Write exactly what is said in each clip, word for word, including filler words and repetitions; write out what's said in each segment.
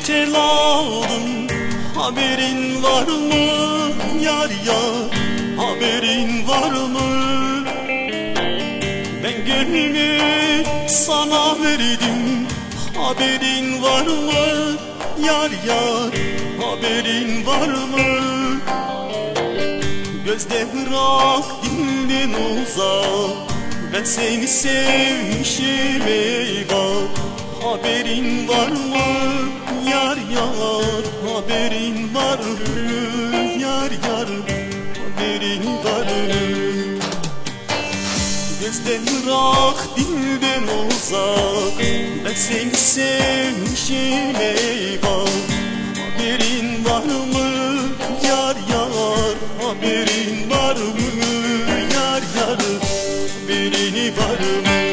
tel aldım, haberin var mı yar yar, haberin var mı? Ben gönlümü sana verdim, haberin var mı yar yar, haberin var mı? Gözde bırak dilden uzak, ben seni sevmişim eyvah. Haberin var mı yar yar, haberin var mı yar yar, haberin var mı? Gözden bırak dilden uzak, ben seni sevmişim eyvah. Haberin var mı yar yar, haberin var mı yar yar, haberin var mı?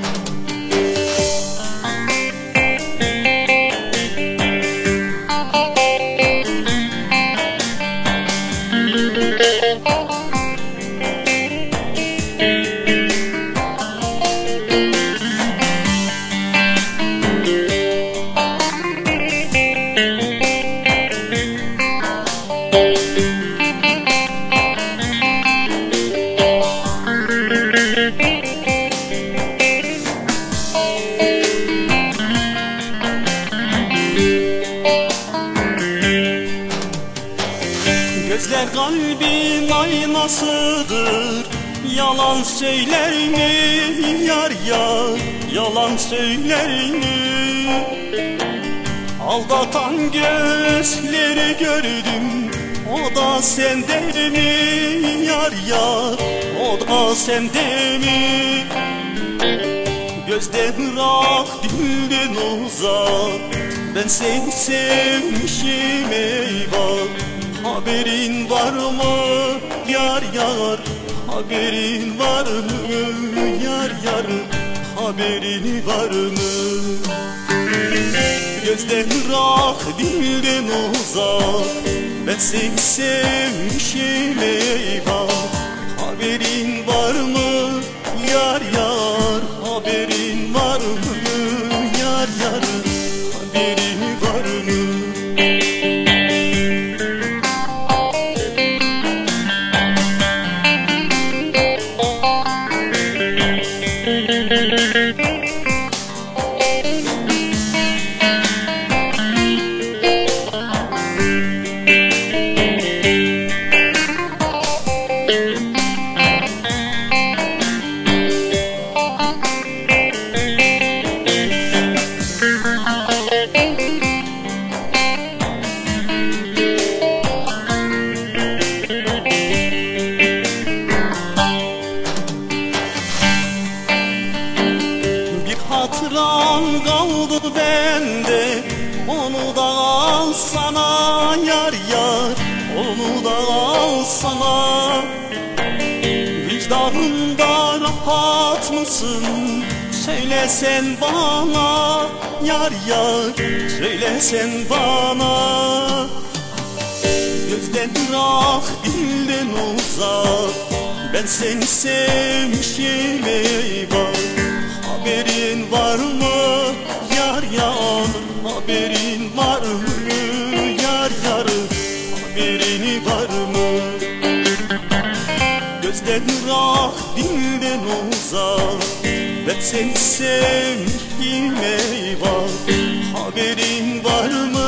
Gözler kalbin aynasıdır, yalan söyler mi yar yar, yalan söyler mi? Aldatan gözleri gördüm, o da sende mi yar yar, o da sende mi? Gözde bırak dilden uzak, ben seni sevmişim eyvah. Haberin var mı yar yar, haberin var mı yar yar, haberin var mı? Gözden bırak dilden uzak, ben seni sevmişim eyvah. Haberin var mı yar yar, haberin var mı yar yar, haberin var mı? Hatıran kaldı bende, onu da al sana yar yar, onu da al sana. Vicdanında rahat mısın? Söylesen bana yar yar, söylesen bana. Gözden bırak dilden uzak, ben seni sevmişim eyvah. Haberin var mı yar yar, haberin var mı yar yar, haberin var mı? Gözden bırak dilden uzak, ben seni sevmişim eyvah. Haberin var mı